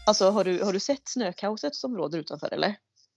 Alltså har du sett snökaoset som råder utanför eller?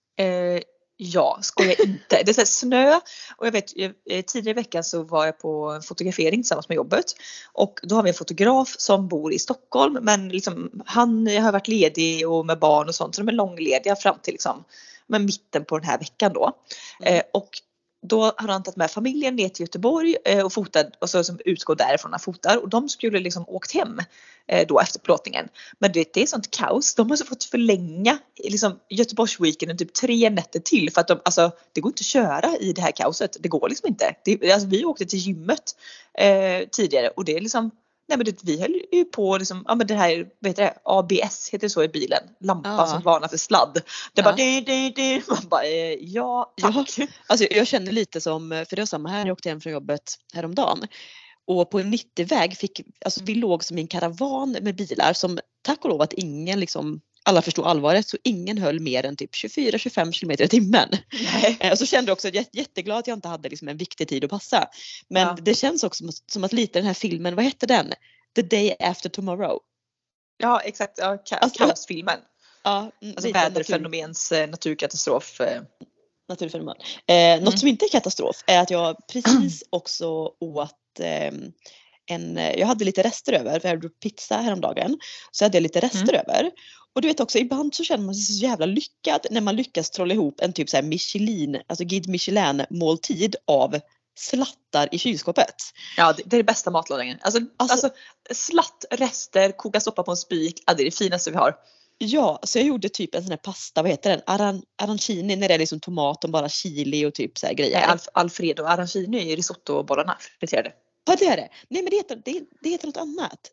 Ja, skojar inte. Det är så här snö och jag vet tidigare i veckan så var jag på en fotografering tillsammans med jobbet och då har vi en fotograf som bor i Stockholm men liksom han har varit ledig och med barn och sånt så de är långlediga fram till liksom men mitten på den här veckan då. Och då har han tagit med familjen ner till Göteborg och fotat och så som utgår därifrån han fotar och de skulle liksom åkt hem då efter plåtningen. Men det är sånt kaos. De har så fått förlänga liksom Göteborgsweekenden typ 3 nätter till för att det går inte att köra i det här kaoset. Det går liksom inte. Alltså, vi åkte till gymmet tidigare och det är liksom nej men vi höll ju på liksom, ja men det här, vet du ABS heter det så i bilen. Lampan som varnar för sladd. Det bara det. Man bara, ja tack. Ja, alltså jag känner lite som, för det var samma här, jag åkte hem från jobbet häromdagen. Och på en 90-väg vi låg som i en karavan med bilar som tack och lov att ingen liksom, alla förstod allvaret så ingen höll mer än typ 24-25 kilometer i timmen. Och så kände jag också jätteglad att jag inte hade liksom en viktig tid att passa. Men det känns också som att lite den här filmen, vad heter den? The Day After Tomorrow. Ja exakt, kaosfilmen. Ja, alltså väderfenomens naturkatastrof. Naturfenomen. Något som inte är katastrof är att jag precis också åt jag hade lite rester över för jag hade gjort pizza häromdagen så hade jag lite rester över och du vet också ibland så känner man sig så jävla lyckad när man lyckas trolla ihop en typ så här Michelin, alltså Guide Michelin måltid av slattar i kylskåpet. Ja, det är det bästa matlagningen. Alltså slatt, rester, koka soppa på en spik, det är det finaste vi har. Ja, så jag gjorde typ en sån här pasta, vad heter den? Arancini när det är liksom tomat och bara chili och typ så här grejer. Nej, Alfredo arancini är ju risottobollarna friterade. Ja, det är det. Nej, men det heter något annat.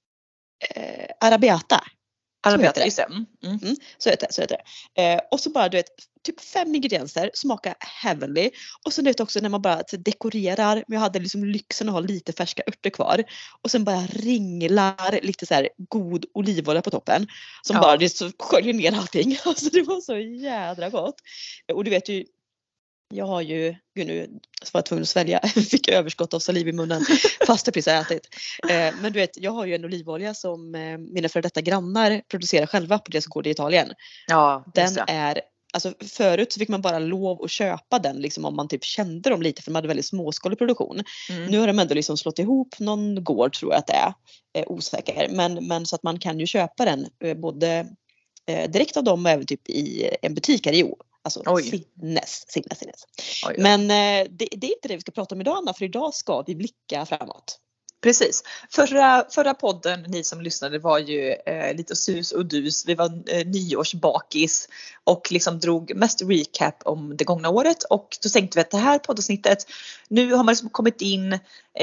Arabiata. Arabiata, just det. Så heter det. Och så bara du vet, typ 5 ingredienser, smaka heavenly. Och sen vet också när man bara dekorerar, men jag hade liksom lyxen att ha lite färska örter kvar. Och sen bara ringlar lite så här god olivolja på toppen. Som bara det så sköljer ner allting. Alltså det var så jädra gott. Och du vet ju, jag har ju, nu var jag tvungen att svälja, fick överskott av saliv i munnen fast jag precis har ätit. Men du vet, jag har ju en olivolja som mina för detta grannar producerar själva på deras gård i Italien. Ja, den är, alltså förut så fick man bara lov att köpa den liksom om man typ kände dem lite för de hade väldigt småskalig produktion. Nu har de ändå liksom slått ihop någon gård tror jag att det är osäker. Men så att man kan ju köpa den både direkt av dem och även typ i en butik här i Jo. Alltså sinnes. Oj. Men det är inte det vi ska prata om idag Anna, för idag ska vi blicka framåt. Precis. Förra podden, ni som lyssnade, var ju lite sus och dus. Vi var nyårsbakis och liksom drog mest recap om det gångna året. Och då tänkte vi att det här poddavsnittet, nu har man liksom kommit in,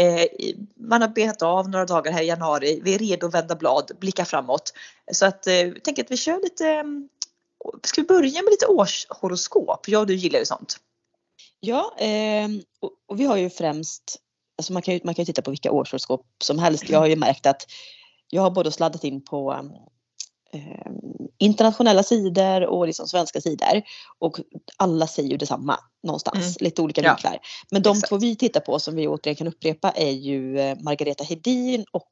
man har betat av några dagar här i januari. Vi är redo att vända blad, blicka framåt. Så att jag tänker att vi kör lite. Ska vi börja med lite årshoroskop? Jag och du gillar ju sånt. Ja, och vi har ju främst, alltså man kan ju titta på vilka årshoroskop som helst. Jag har ju märkt att jag har både sladdat in på internationella sidor och liksom svenska sidor. Och alla säger ju detsamma någonstans, lite olika vinklar. Men de två vi tittar på som vi återigen kan upprepa är ju Margareta Hedin och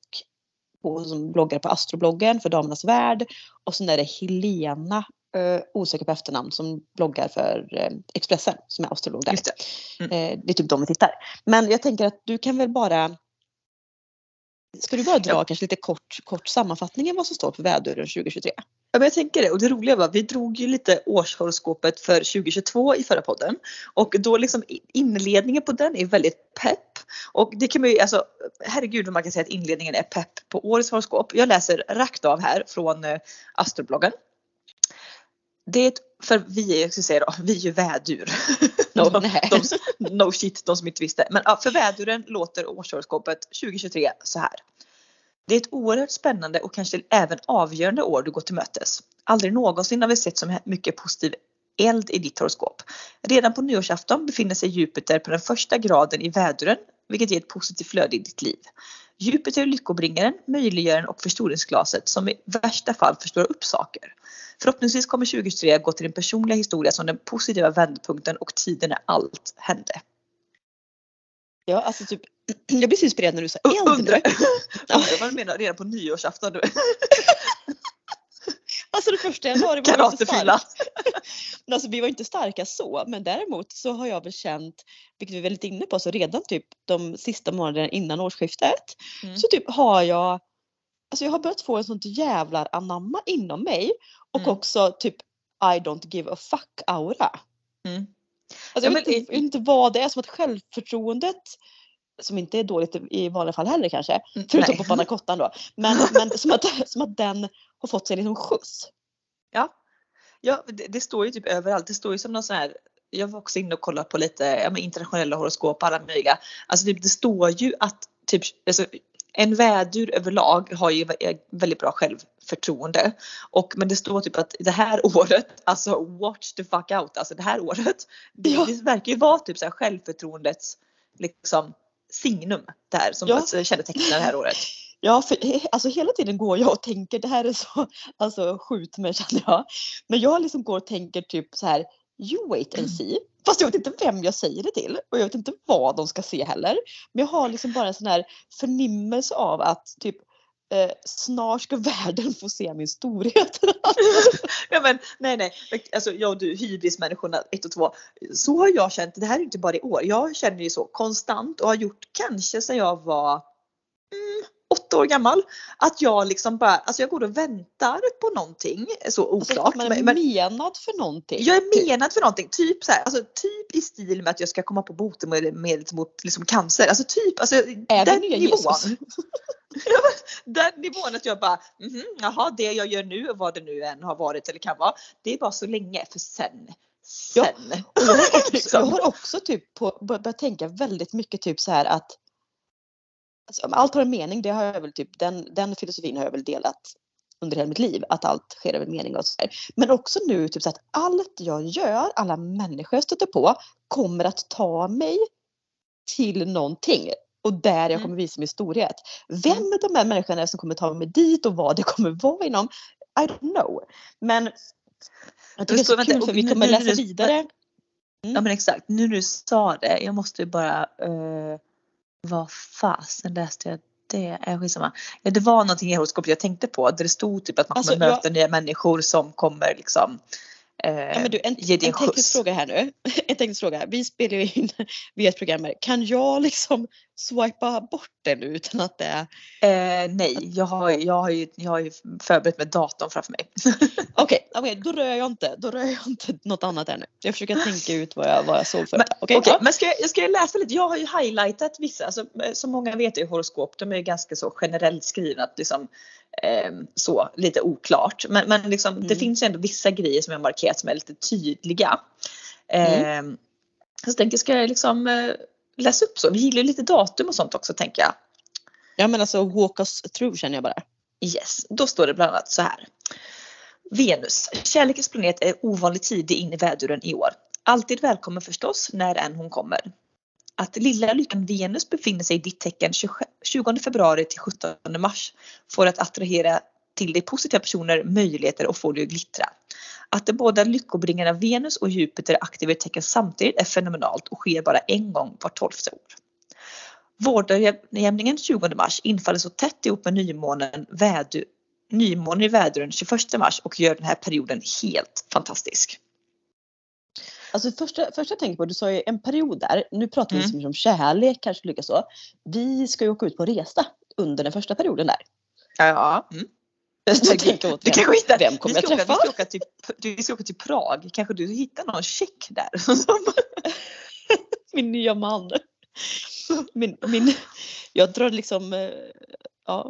som bloggar på Astrobloggen för Damernas Värld. Och sen är det Helena, osäker på efternamn, som bloggar för Expressen som är astrolog där. Just det. Det är typ de vi tittar. Men jag tänker att du kan väl bara, ska du bara dra kanske lite kort sammanfattning av vad som står på väduren 2023? Ja, men jag tänker det. Och det roliga var, vi drog ju lite årshoroskopet för 2022 i förra podden. Och då liksom inledningen på den är väldigt pepp. Och det kan man ju, alltså herregud vad man kan säga att inledningen är pepp på årets horoskop. Jag läser rakt av här från Astrobloggen. Det är för vi är ju vädur. No shit, de som inte visste. Men för väduren låter årshoroskopet 2023 så här. Det är ett oerhört spännande och kanske även avgörande år du går till mötes. Aldrig någonsin har vi sett så mycket positiv eld i ditt horoskop. Redan på nyårsafton befinner sig Jupiter på den första graden i väduren, vilket ger ett positivt flöde i ditt liv. Jupiter är lyckobringaren, möjliggöraren och förstoringsglaset som i värsta fall förstorar upp saker. Förhoppningsvis kommer 2023 gå till din personliga historia som den positiva vändpunkten och tiden när allt hände. Ja, alltså typ, jag blir så inspirerad när du sa äldre. Undrar vad du menar redan på nyårsafton. Alltså det första januari var jag inte Karatefylla. stark. Men alltså vi var inte starka så. Men däremot så har jag väl känt, vilket vi är väldigt inne på, så redan typ de sista månaderna innan årsskiftet. Så typ har jag, alltså jag har börjat få en sånt jävlar anamma inom mig. Och också typ I don't give a fuck aura. Alltså jag vet inte vad det är, som att självförtroendet, som inte är dåligt i vanliga fall heller kanske, förutom på pannacottan då, men som att den har fått sig liksom skjuts. Ja, det står ju typ överallt. Det står ju som någon sån här, jag var också inne och kollade på lite internationella horoskop, alla möjliga. Alltså typ, det står ju att typ, alltså, en vädur överlag har ju väldigt bra självförtroende. Men det står typ att det här året, alltså watch the fuck out, alltså det här året, det verkar ju vara typ så här självförtroendets liksom signum där som kännetecknar det här året. Ja, för alltså hela tiden går jag och tänker, det här är så, alltså skjut mig känner jag. Men jag liksom går och tänker typ så här, you wait and see. Fast jag vet inte vem jag säger det till. Och jag vet inte vad de ska se heller. Men jag har liksom bara en sån här förnimmelse av att typ snart ska världen få se min storhet. Ja men nej. Alltså jag och du, hybrismänniskorna 1 och 2. Så har jag känt, det här är inte bara i år. Jag känner ju så konstant och har gjort kanske sedan jag var 8 år gammal, att jag liksom bara, alltså jag går och väntar på någonting så oklart. Alltså, man är menad för någonting. Jag är menad för någonting, typ så här, alltså typ i stil med att jag ska komma på botemedel mot liksom cancer, alltså typ, alltså den nivån. Den nivån att jag bara, jaha, det jag gör nu och vad det nu än har varit eller kan vara, det är bara så länge för sen. Ja, och jag har också typ börjat tänka väldigt mycket typ så här att alltså, allt har en mening, det har jag väl typ, den filosofin har jag väl delat under hela mitt liv, att allt sker av en mening och så där. Men också nu typ så att allt jag gör, alla människor jag stöter på kommer att ta mig till någonting och där jag kommer visa min storhet. Vem de här människorna är som kommer ta mig dit och vad det kommer vara inom, I don't know. Men jag tycker det är så kul för vi kommer läsa vidare. Ja men exakt, nu du sa det, jag måste bara vad fasen läste jag det? Är skitsamma. Ja, det var någonting i horoskopet jag tänkte på. Där det stod typ att man kommer möta nya människor som kommer liksom men du, en teknisk fråga här nu. En teknisk fråga. Vi spelar ju in via ett program här. Kan jag liksom swipa bort det nu utan att det nej, jag har ju förberett med datorn framför mig. Okej, då rör jag inte något annat här nu. Jag försöker tänka ut vad jag såg för. Men ska jag läsa lite? Jag har ju highlightat vissa, alltså, som många vet i horoskop, de är ganska så generellt skrivna, liksom, så lite oklart. Men liksom, det finns ändå vissa grejer som jag markerat som är lite tydliga. Så tänker ska jag liksom läsa upp så. Vi gillar lite datum och sånt också, tänker jag. Ja men alltså walk us through känner jag bara. Yes, då står det bland annat så här. Venus, kärlekens planet, är ovanligt tidig in i väduren i år. Alltid välkommen förstås när än hon kommer. Att lilla lyckan Venus befinner sig i ditt tecken 20 februari till 17 mars får att attrahera till dig positiva personer, möjligheter och få dig att glittra. Att de båda lyckobringarna Venus och Jupiter aktiverar tecken samtidigt är fenomenalt och sker bara en gång var 12:e år. Vårdagjämningen 20 mars infaller så tätt ihop med nymånen i väduren 21 mars och gör den här perioden helt fantastisk. Alltså första jag tänker på, du sa ju en period där, nu pratar vi liksom om kärlek, kanske lyckas så. Vi ska ju åka ut på resa under den första perioden där. Ja. Du kan skita. Vem kommer jag träffa? Vi ska åka till Prag. Kanske du hittar någon check där. Min nya man. Jag drar liksom, ja.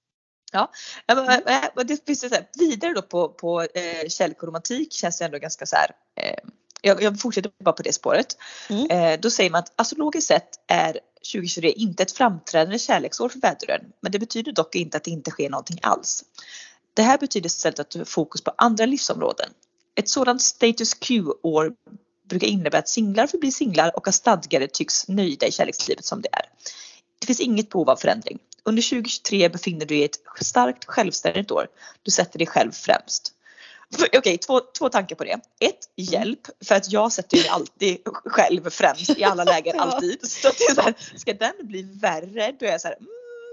Det finns så här, vidare då på kärlek och romantik känns det ändå ganska så här. Jag fortsätter bara på det spåret. Då säger man att astrologiskt sett är 2023 inte ett framträdande kärleksår för väduren. Men det betyder dock inte att det inte sker någonting alls. Det här betyder istället att du har fokus på andra livsområden. Ett sådant status quo-år brukar innebära att singlar förblir singlar och att stadgare tycks nöjda i kärlekslivet som det är. Det finns inget behov av förändring. Under 2023 befinner du dig i ett starkt självständigt år. Du sätter dig själv främst. Okej, två tankar på det. Ett, hjälp. För att jag sätter ju alltid själv främst i alla lägen, alltid. Så att det är så här, ska den bli värre, då är jag så här,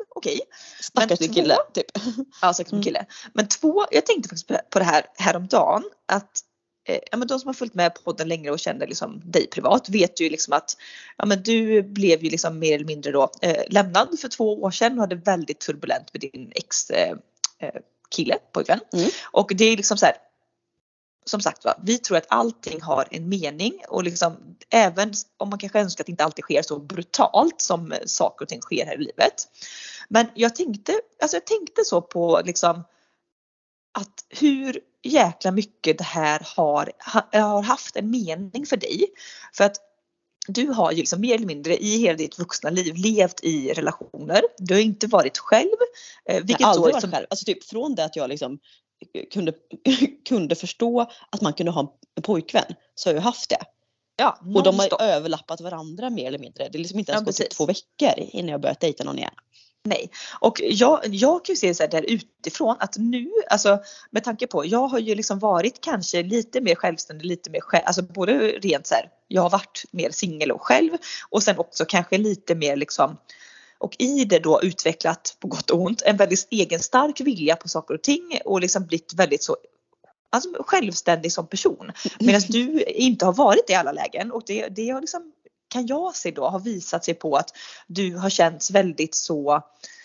okej. Stackars din kille, typ. Ja, stackars min kille. Men 2, jag tänkte faktiskt på det här häromdagen. Att ja, men de som har följt med podden längre och känner liksom dig privat vet ju liksom att ja, men du blev ju liksom mer eller mindre då lämnad för 2 år sedan och hade väldigt turbulent med din kille, pojkvän. Och det är liksom så här, som sagt va, vi tror att allting har en mening och liksom även om man kanske önskar att det inte alltid sker så brutalt som saker och ting sker här i livet. Men jag tänkte så på liksom att hur jäkla mycket det här har haft en mening för dig. För att du har ju liksom mer eller mindre i hela ditt vuxna liv levt i relationer. Du har inte varit själv. Jag har aldrig varit själv. Alltså typ från det att jag liksom kunde förstå att man kunde ha en pojkvän så har jag haft det. Ja, och de har överlappat varandra mer eller mindre. Det är liksom inte ens gått typ 2 veckor innan jag börjat dejta någon igen. Nej, och jag kan ju se så här där utifrån att nu, alltså med tanke på, jag har ju liksom varit kanske lite mer självständig, lite mer alltså både rent så här, jag har varit mer singel och själv och sen också kanske lite mer liksom, och i det då utvecklat på gott och ont en väldigt egen stark vilja på saker och ting och liksom blivit väldigt så alltså självständig som person. Medan du inte har varit det i alla lägen och det har liksom kan jag se då har visat sig på att du har känts väldigt så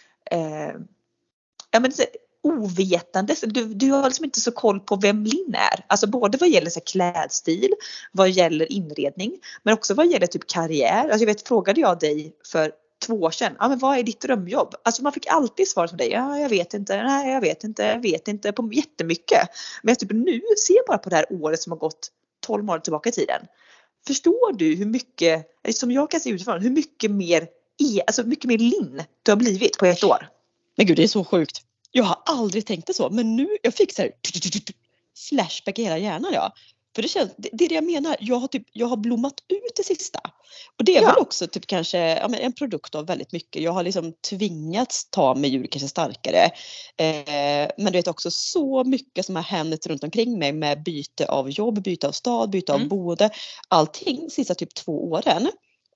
ja men ovetande. Du har liksom inte så koll på vem Linn är. Alltså både vad gäller så här, klädstil, vad gäller inredning, men också vad gäller typ karriär. Alltså frågade jag dig för 2 år sedan, ja men vad är ditt drömjobb? Alltså man fick alltid svar från dig, ja jag vet inte, nej jag vet inte på jättemycket. Men typ nu ser jag bara på det här året som har gått 12 månader tillbaka i tiden. Förstår du hur mycket, som jag kan se utifrån, hur mycket mer Linn du har blivit på 1 år? Men gud, det är så sjukt. Jag har aldrig tänkt det så. Men nu, jag fick så här flashback i hela hjärnan. Ja. För det känns, det är det jag menar. Jag har blommat ut det sista. Och det är väl också typ kanske en produkt av väldigt mycket. Jag har liksom tvingats ta mig ur kanske starkare. Men du vet också så mycket som har hänt runt omkring mig med byte av jobb, byte av stad, byte av boende. Allting sista typ 2 åren.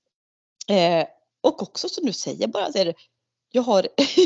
Och också som du säger bara så är det, jag har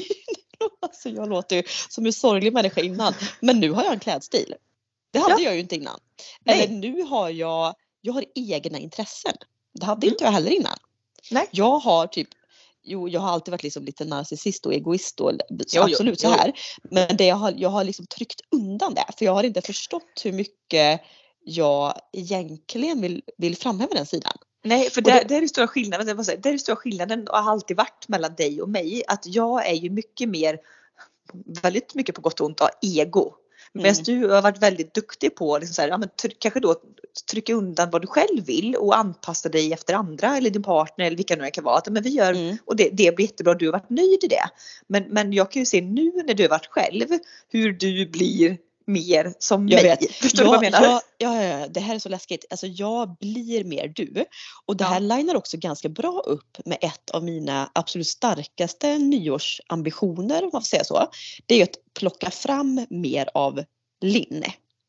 alltså jag låter ju som en sorglig människa innan. Men nu har jag en klädstil. Det hade jag ju inte innan. Nej. Eller nu har jag har egna intressen. Det hade inte jag heller innan. Nej. Jag har alltid varit liksom lite narcissist och egoist och absolut så här. Men jag har liksom tryckt undan det. För jag har inte förstått hur mycket jag egentligen vill framhäva den sidan. Nej, för det är den stora skillnaden. Det är den stora skillnaden och har alltid varit mellan dig och mig. Att jag är ju mycket mer, väldigt mycket på gott och ont av ego. Medan du har varit väldigt duktig på liksom så här, kanske då trycka undan vad du själv vill och anpassa dig efter andra eller din partner eller vilka nu kan vara. Men vi gör, och det blir jättebra, du har varit nöjd i det. Men jag kan ju se nu när du har varit själv hur du blir mer som jag mig. Vet. Förstår du vad jag menar? Ja, det här är så läskigt. Alltså jag blir mer du. Och det här linar också ganska bra upp med ett av mina absolut starkaste nyårsambitioner, om man får säga så. Det är ju att plocka fram mer av Linn.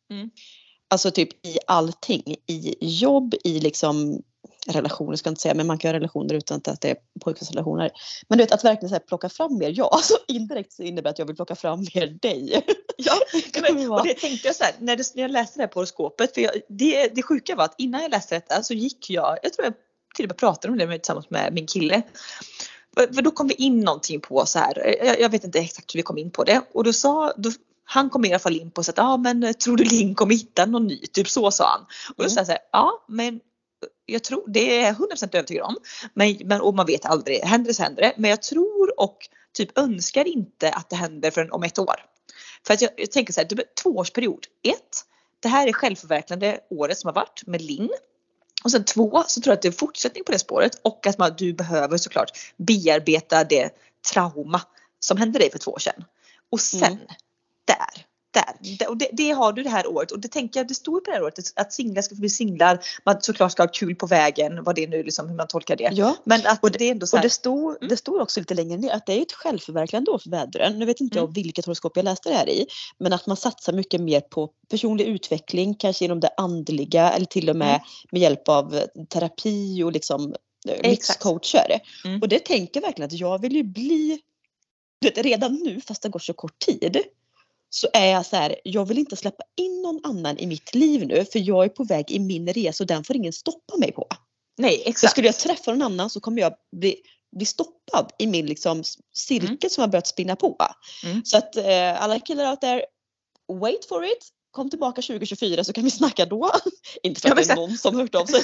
Alltså typ i allting. I jobb, i liksom relationer ska jag inte säga, men man kan ha relationer utan att det är pojkvänsrelationer. Men du vet, att verkligen så här, plocka fram mer, alltså indirekt så innebär att jag vill plocka fram mer dig. Ja, och det tänkte jag så här, när jag läste det här på horoskopet, för det sjuka var att innan jag läste detta så gick jag tror jag till och med pratade om det tillsammans med min kille. För då kom vi in någonting på så här, jag vet inte exakt hur vi kom in på det, och han kom i alla fall in på så att men tror du Linn kommer hitta någon ny, typ så sa han. Och då sa jag så här, ja men jag tror, det är 100% övertygad om, men och man vet aldrig, händer det så händer det, men jag tror och typ önskar inte att det händer förrän om 1 år. För att jag tänker så här, det blir 2-årsperiod. 1, det här är självförverkligande året som har varit med Linn. Och sen 2, så tror jag att det är fortsättning på det spåret och att du behöver såklart bearbeta det trauma som hände dig för 2 år sedan. Och sen där. Och det har du det här året. Och det tänker jag, det står på det här året att singlar ska bli singlar. Man såklart ska ha kul på vägen. Vad det är nu liksom, hur man tolkar det. Ja. Men att det är ändå så här, och det står också lite längre ner att det är ett självförverkligande år för vädren. Nu vet inte jag vilket horoskop jag läste det här i. Men att man satsar mycket mer på personlig utveckling. Kanske genom det andliga. Eller till och med hjälp av terapi och liksom livscoacher. Och det tänker jag verkligen att jag vill ju bli du vet, redan nu, fast det går så kort tid, så är jag så här, jag vill inte släppa in någon annan i mitt liv nu, för jag är på väg i min resa och den får ingen stoppa mig på. Nej, För exakt. skulle jag träffa någon annan så kommer jag bli stoppad i min liksom cirkel som har börjat spinna på. Så att alla killar out there, wait for it. Kom tillbaka 2024 så kan vi snacka då. Inte för att det är någon som har hört av sig.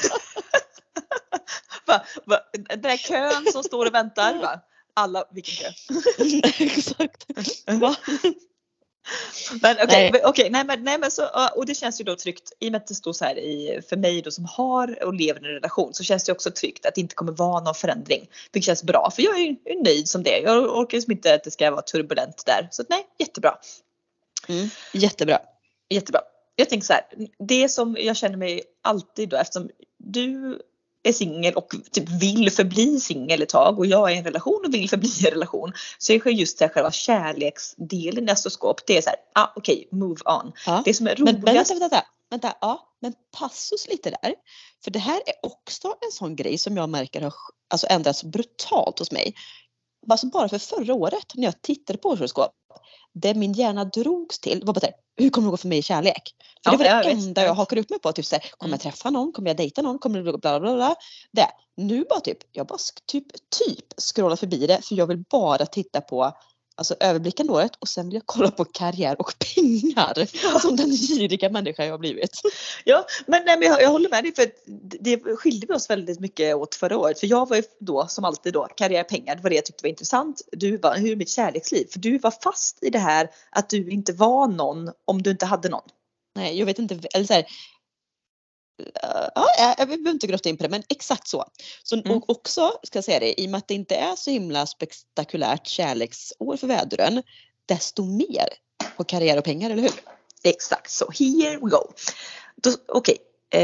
Den där kön som står och väntar, va? Alla, vilken kö? Exakt. Men nej men så, och det känns ju då tryggt i och med att det står så här för mig då som har och lever i en relation, så känns det också tryggt att det inte kommer vara någon förändring. Det känns bra, för jag är ju nöjd som det. Jag orkar liksom inte att det ska vara turbulent där. Så nej, jättebra. Jättebra. Jag tänker så här, det som jag känner mig alltid då, eftersom du är singel och typ vill förbli singel ett tag och jag är i en relation och vill förbli i en relation, så är just det här själva kärleksdelen i astroskop, det är så här, okej, move on. Ja. Det som är roligast. Vänta, men passus lite där. För det här är också en sån grej som jag märker har alltså ändrats brutalt hos mig. Alltså bara för förra året när jag tittade på horoskop, det min hjärna drogs till var bara hur kommer det gå för mig i kärlek? För det var det enda jag hakade upp mig på. Typ så här, kommer jag träffa någon? Kommer jag dejta någon? Kommer det bla bla bla? Det. Nu bara jag bara typ scrollar förbi det, för jag vill bara titta på alltså överblicken året och sen vill jag kolla på karriär och pengar. Som den giriga människa jag har blivit. Ja, men jag håller med dig, för det skilde vi oss väldigt mycket åt förra året. För jag var ju då som alltid då karriär, pengar, det var det jag tyckte var intressant. Du var, hur är mitt kärleksliv? För du var fast i det här att du inte var någon om du inte hade någon. Nej, jag vet inte, eller så här, jag behöver inte grotta in på det, men exakt så. Och också, ska jag säga det, i och med att det inte är så himla spektakulärt kärleksår för väduren, desto mer på karriär och pengar, eller hur? Exakt så, here we go. Okej.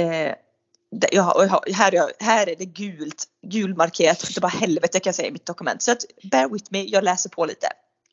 Här är det gulmarkerat, det bara helvete kan jag säga i mitt dokument. Så att bear with me, jag läser på lite.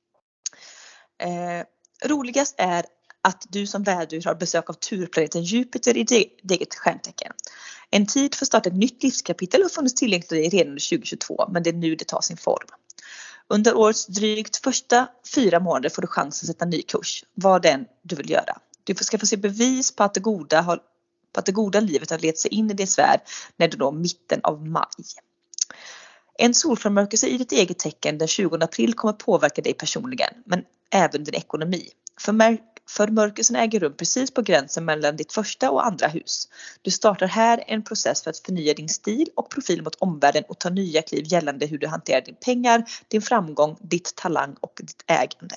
Roligast är att du som vädur har besök av turplaneten Jupiter i ditt eget stjärntecken. En tid för att starta ett nytt livskapitel har funnits tillgängligt redan under 2022, men det är nu det tar sin form. Under årets drygt första 4 månader får du chans att sätta ny kurs, vad den du vill göra. Du ska få se bevis på att det goda livet har lett sig in i din sfär när du når mitten av maj. En solförmörkelse i ditt eget tecken den 20 april kommer påverka dig personligen, men även din ekonomi. Förmörkelsen äger rum precis på gränsen mellan ditt första och andra hus. Du startar här en process för att förnya din stil och profil mot omvärlden och ta nya kliv gällande hur du hanterar din pengar, din framgång, ditt talang och ditt ägande.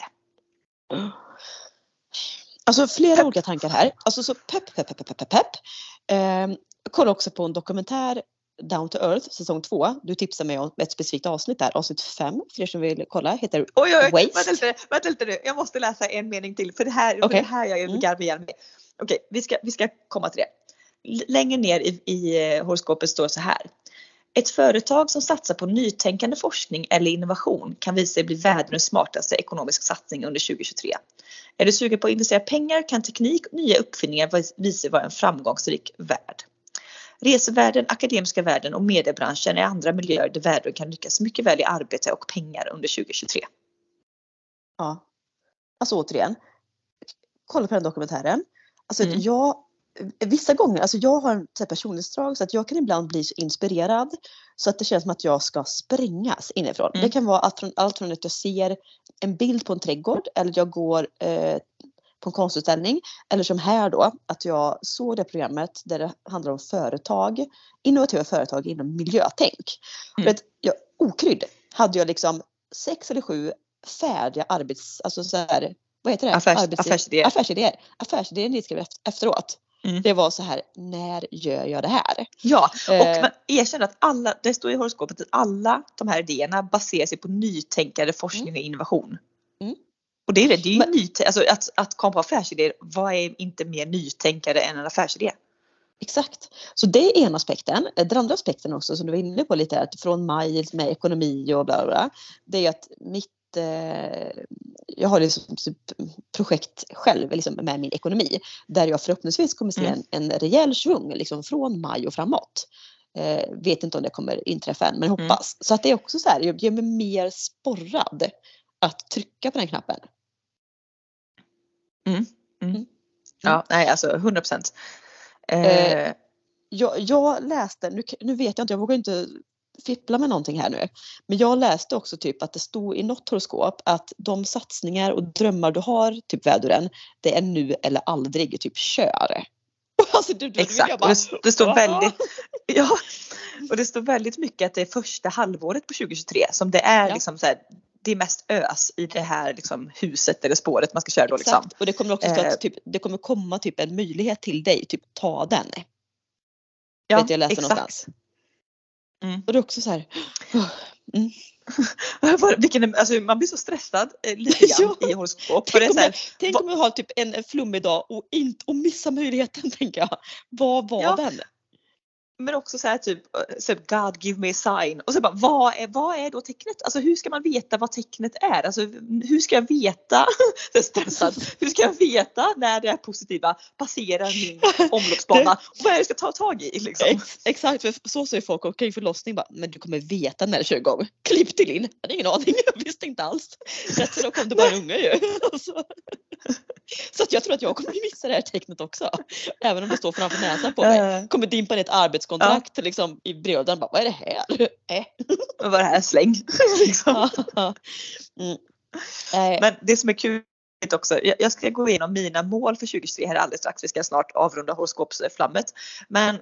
Alltså flera olika tankar här. Alltså så pepp. Jag kollar också på en dokumentär, Down to Earth, säsong 2. Du tipsar mig om ett specifikt avsnitt där. Avsnitt 5, för er som vill kolla, heter Waste. Vänta lite. Jag måste läsa en mening till. För det här jag garvar igen med. Okej, vi ska komma till det. Längre ner i horoskopet står så här. Ett företag som satsar på nytänkande forskning eller innovation kan visa sig bli världens smartaste ekonomisk satsning under 2023. Är du sugen på att investera pengar kan teknik och nya uppfinningar visa sig vara en framgångsrik värld. Resevärlden, akademiska världen och mediebranschen är andra miljöer där världen kan lyckas mycket väl i arbete och pengar under 2023. Ja, alltså återigen, kolla på den dokumentären. Alltså vissa gånger, alltså jag har en personlighetsdrag så att jag kan ibland bli så inspirerad så att det känns som att jag ska sprängas inifrån. Det kan vara allt från att jag ser en bild på en trädgård eller jag går på en konstutställning, eller som här då, att jag såg det programmet där det handlar om innovativa företag inom miljötänk. För att okrydd hade jag liksom 6 eller 7 färdiga alltså så här, vad heter det? Affärsidéer ni skrev efteråt. Det var så här, när gör jag det här? Ja, och erkänn att det står i horoskopet att alla de här idéerna baserar sig på nytänkande forskning och innovation. Och det är ju alltså att komma på affärsidéer, vad är inte mer nytänkare än en affärsidé? Exakt. Så det är en aspekten. Den andra aspekten också som du var inne på lite, att från maj med ekonomi och bla bla, det är att jag har liksom projekt själv liksom med min ekonomi där jag förhoppningsvis kommer se en rejäl svung liksom från maj och framåt. Vet inte om det kommer inträffa än, men hoppas. Så att det är också så här, jag blir mer sporrad att trycka på den knappen. Ja, nej alltså 100%. Jag läste, nu vet jag inte, jag vågar inte fippla med någonting här nu. Men jag läste också typ att det stod i något horoskop att de satsningar och drömmar du har, typ väduren, det är nu eller aldrig, typ kör. Alltså, Exakt, bara, det står väldigt, ja, och det står väldigt mycket att det är första halvåret på 2023 som det är liksom så här, det är mest ös i det här liksom huset eller spåret man ska köra då liksom. Exakt, och det kommer också att typ, det kommer komma typ en möjlighet till dig, typ ta den. Ja, vet jag läste någonstans. Och det är också så här. Alltså man blir så stressad lite grann i horoskop. Tänk om jag har typ en flummig dag och missa möjligheten, tänker jag. Vad var den? Men också så här typ God give me a sign. Och så bara, vad är då tecknet? Alltså hur ska man veta vad tecknet är? Alltså hur ska jag veta? Det är stressad. Hur ska jag veta när det är positiva passerar min omloppsbana? Och vad är det jag ska ta tag i liksom? Exakt, för så säger folk okej förlossning bara, men du kommer veta när det kör igång. Klipp till in. Jag hade ingen aning, jag visste inte alls. Rätt så då kom det bara en unge ju. Så att jag tror att jag kommer missa det här tecknet också. Även om det står framför näsan på mig. Kommer dimpa ner ett arbetskontrakt liksom, i brevlådan. Vad är det här? Vad är det här? Släng. Liksom. Men det som är kul också. Jag ska gå igenom mina mål för 2023 här alldeles strax. Vi ska snart avrunda horoskopsflammet. Men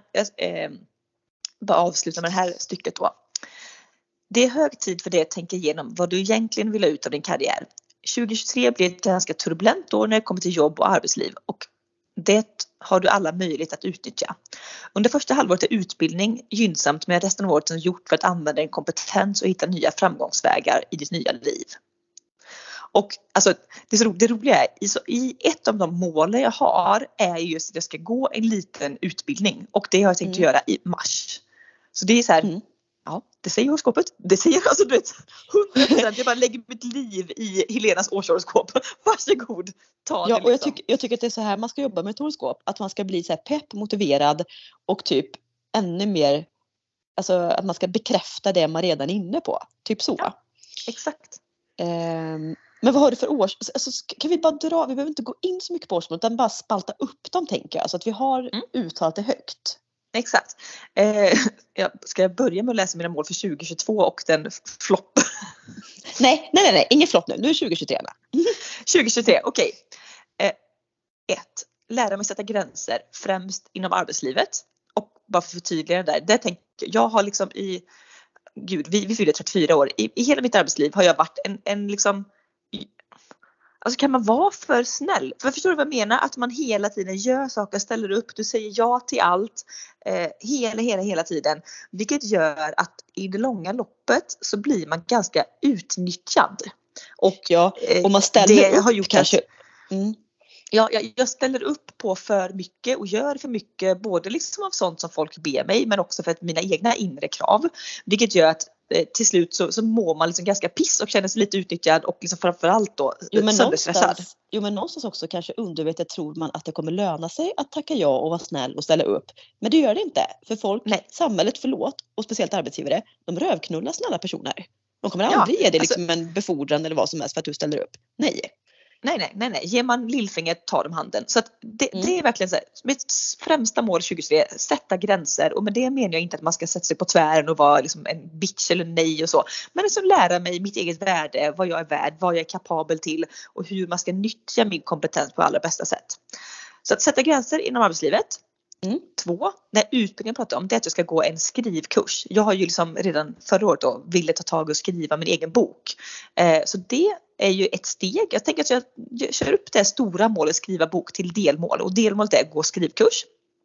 bara avsluta med det här stycket då. Det är hög tid för dig att tänka igenom vad du egentligen vill ha ut av din karriär. 2023 blir ett ganska turbulent år när det kommer till jobb och arbetsliv och det har du alla möjlighet att utnyttja. Under första halvåret är utbildning gynnsamt med resten av året som gjort för att använda din kompetens och hitta nya framgångsvägar i ditt nya liv. Och alltså, det roliga är i ett av de målen jag har är just att jag ska gå en liten utbildning och det har jag tänkt göra i mars. Så det är så här. Ja, det säger horoskopet. Det säger alltså du vet 100%. Jag bara lägger mitt liv i Helenas årshoroskop. Varsågod, ta det. Ja, och jag tycker att det är så här man ska jobba med ett horoskop. Att man ska bli så här pepp, motiverad och typ ännu mer, alltså att man ska bekräfta det man redan är inne på. Typ så. Ja, exakt. Men vad har du för års... Alltså, kan vi bara dra, vi behöver inte gå in så mycket på årsmål utan bara spalta upp dem tänker jag. Så att vi har uttalat det högt. Exakt. Ska jag börja med att läsa mina mål för 2022 och den flopp? Nej, ingen flopp nu. Nu är 2023. 2023, okej. 1. Lära mig sätta gränser, främst inom arbetslivet. Och bara för att förtydliga det där. Jag har liksom vi fyller 34 år. I hela mitt arbetsliv har jag varit en liksom... Alltså kan man vara för snäll? För förstår du vad jag menar? Att man hela tiden gör saker, ställer upp, du säger ja till allt. Hela tiden. Vilket gör att i det långa loppet så blir man ganska utnyttjad. Och man ställer upp har gjort kanske. Jag ställer upp på för mycket och gör för mycket. Både liksom av sånt som folk ber mig men också för att mina egna inre krav. Vilket gör att till slut så mår man liksom ganska piss och känner sig lite utnyttjad och liksom framförallt då sönderstressad. Men någonstans också kanske undervetet tror man att det kommer löna sig att tacka ja och vara snäll och ställa upp. Men det gör det inte. För folk, samhället och speciellt arbetsgivare, de rövknullar snälla personer. De kommer aldrig ge dig liksom en befordran eller vad som helst för att du ställer upp. Nej. Ger man lillfingret tar de handen. Så att det är verkligen så här, mitt främsta mål 2023, sätta gränser. Och med det menar jag inte att man ska sätta sig på tvären och vara liksom en bitch eller nej och så. Men liksom lära mig mitt eget värde, vad jag är värd, vad jag är kapabel till och hur man ska nyttja min kompetens på allra bästa sätt. Så att sätta gränser inom arbetslivet. 2, när utbildningen pratar om det är att jag ska gå en skrivkurs. Jag har ju liksom redan förra året då ville ta tag och skriva min egen bok. Så det är ju ett steg. Jag tänker att jag kör upp det stora målet skriva bok till delmål. Och delmålet är att gå skrivkurs.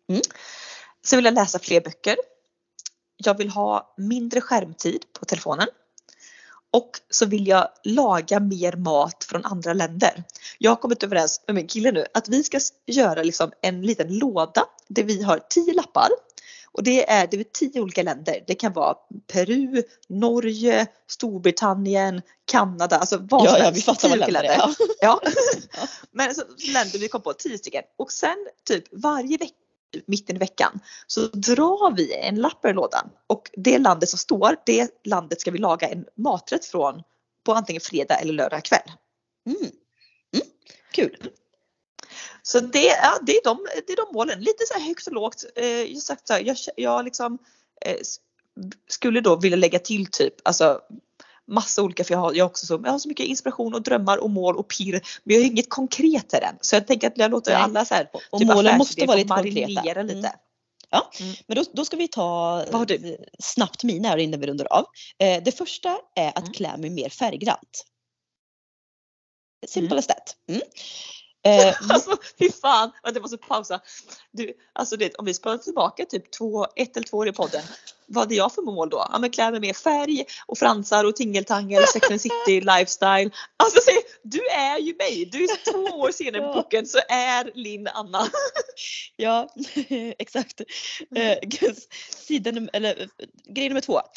Så vill jag läsa fler böcker. Jag vill ha mindre skärmtid på telefonen. Och så vill jag laga mer mat från andra länder. Jag har kommit överens med min kille nu att vi ska göra liksom en liten låda där vi har 10 lappar. Och det är 10 olika länder. Det kan vara Peru, Norge, Storbritannien, Kanada. Alltså vad som helst. Vi fattar vad länder är. Ja. Men så länder vi kom på 10 stycken. Och sen typ varje vecka, mitten i veckan, så drar vi en lapp i lådan. Och det landet som står, det landet ska vi laga en maträtt från på antingen fredag eller lördag kväll. Kul. Så det är de målen. Lite så här högt och lågt. Jag sagt så här, jag liksom skulle då vilja lägga till typ alltså massa olika, för jag har så mycket inspiration och drömmar och mål och pirr, men jag har inget konkret här än. Så jag tänker att jag låter alla så här och typ målen måste vara lite konkreta. Lite. Ja, men då ska vi ta snabbt mina här innan vi rundar av. Det första är att klä mig mer färggrant. Simple as that. Alltså fy fan, det måste pausa. Alltså om vi sparar tillbaka typ 1 eller 2 år i podden, vad hade jag för mål då? Ja, men klä mig med färg och fransar och tingeltangel, Sex and City lifestyle. Alltså du är ju mig. Du är 2 år senare på boken så är Linn Anna. Ja, exakt. Grej nummer 2.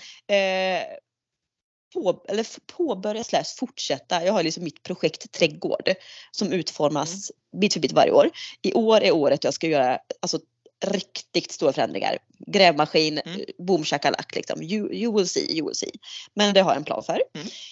Påbörja / fortsätta. Jag har liksom mitt projekt Trädgård som utformas bit för bit varje år. I år är året jag ska göra alltså riktigt stora förändringar. Grävmaskin, boom shakalak liksom. You will see. Men det har jag en plan för.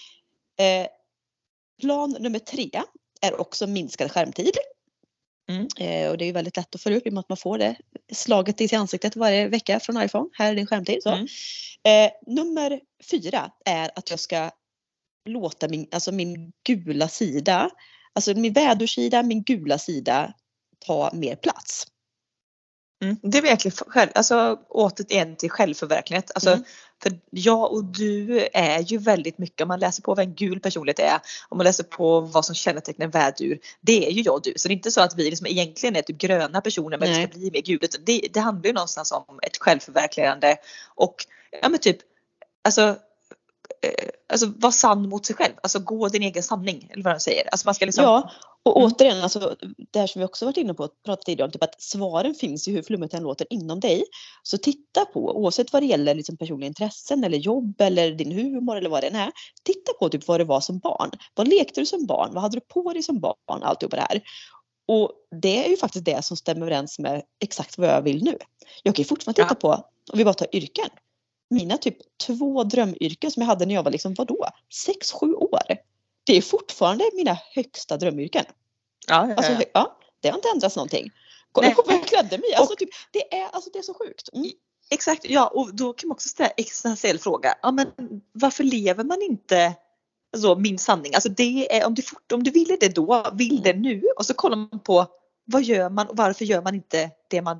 Plan nummer 3 är också minskad skärmtid. Och det är ju väldigt lätt att få upp i och med att man får det slaget i ansiktet varje vecka från iPhone. Här är din skärmtid. Så. Nummer 4 är att jag ska låta min gula sida, alltså min vädursida, min gula sida ta mer plats. Det är verkligen återigen till självförverklighet. Alltså, för jag och du är ju väldigt mycket, om man läser på vad en gul personlighet är, om man läser på vad som kännetecknar en vädur, det är ju jag och du. Så det är inte så att vi liksom egentligen är typ gröna personer men vi ska bli mer gul. Det handlar ju någonstans om ett självförverkligande och typ alltså vara sann mot sig själv. Alltså gå din egen sanning, eller vad de säger. Alltså man ska liksom... Ja, och återigen, alltså, det här som vi också varit inne på att prata tidigare om, typ att svaren finns ju hur flummigt den låter inom dig. Så titta på, oavsett vad det gäller liksom personliga intressen eller jobb eller din humor eller vad det är. Titta på typ vad det var som barn. Vad lekte du som barn? Vad hade du på dig som barn? Alltihop det här. Och det är ju faktiskt det som stämmer överens med exakt vad jag vill nu. Jag kan ju fortfarande titta på, om vi bara tar yrken. Mina typ 2 drömyrken som jag hade när jag var liksom, 6-7 år. Det är fortfarande mina högsta drömyrken. Alltså, det har inte ändrats någonting. Kolla på vad jag klädde mig. Alltså, typ, det är så sjukt. Exakt, ja, och då kan man också ställa existentiell fråga. Ja, men varför lever man inte min sanning? Alltså det är, om du ville det då, vill det nu. Och så kollar man på vad gör man och varför gör man inte det man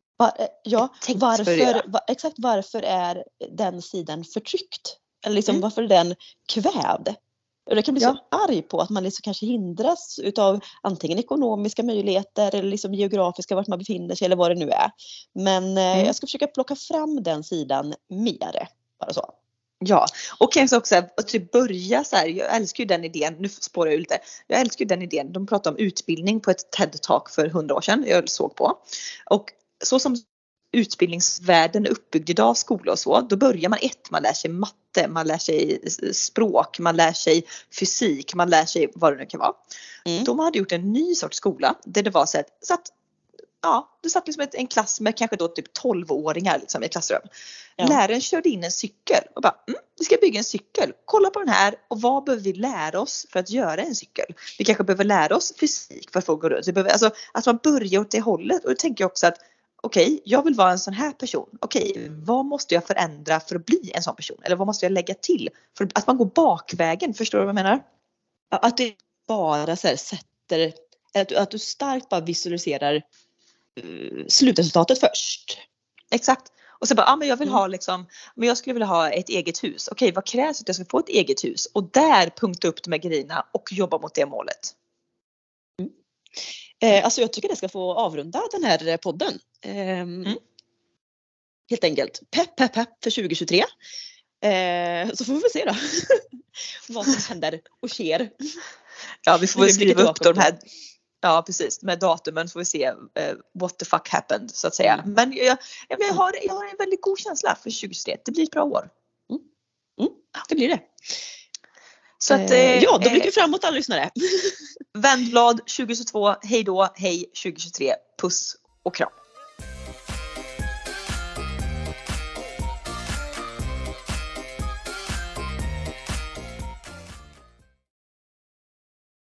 varför är den sidan förtryckt? Eller liksom, varför är den kvävd? Och det kan bli så arg på att man liksom kanske hindras utav antingen ekonomiska möjligheter eller liksom geografiska vart man befinner sig eller vad det nu är. Men jag ska försöka plocka fram den sidan mer. Bara så. Ja, och kanske också att typ börja så här, jag älskar ju den idén, nu spårar jag lite. Jag älskar ju den idén, de pratade om utbildning på ett TED-talk för 100 år sedan, jag såg på. Och så som utbildningsvärlden är uppbyggd idag, skola och så, då börjar man lär sig matte, man lär sig språk, man lär sig fysik, man lär sig vad det nu kan vara. De hade gjort en ny sorts skola där det var så att det satt liksom en klass med kanske då typ 12-åringar liksom i klassrum. Läraren körde in en cykel och bara, vi ska bygga en cykel. Kolla på den här och vad behöver vi lära oss för att göra en cykel? Vi kanske behöver lära oss fysik för att få gå runt. Att man börjar åt det hållet. Och då tänker jag också att okej, jag vill vara en sån här person. Okej, vad måste jag förändra för att bli en sån person? Eller vad måste jag lägga till? För att man går bakvägen, förstår du vad jag menar? Att det bara så här sätter, att du starkt bara visualiserar slutresultatet först. Exakt. Och så bara, men jag vill ha liksom, men jag skulle vilja ha ett eget hus. Okej, vad krävs för att jag ska få ett eget hus? Och där punkta upp de här grejerna och jobba mot det målet. Alltså jag tycker det ska få avrunda den här podden. Helt enkelt. Pepp för 2023. Så får vi se då. Vad som händer och sker. Ja, vi får väl skriva upp de här. Ja, precis. Med datumen får vi se what the fuck happened, så att säga. Men jag har en väldigt god känsla för 2023. Det blir ett bra år. Det blir det. Så att, då blickar vi framåt alla lyssnare. Vändblad 2022. Hej då. Hej 2023. Puss och kram.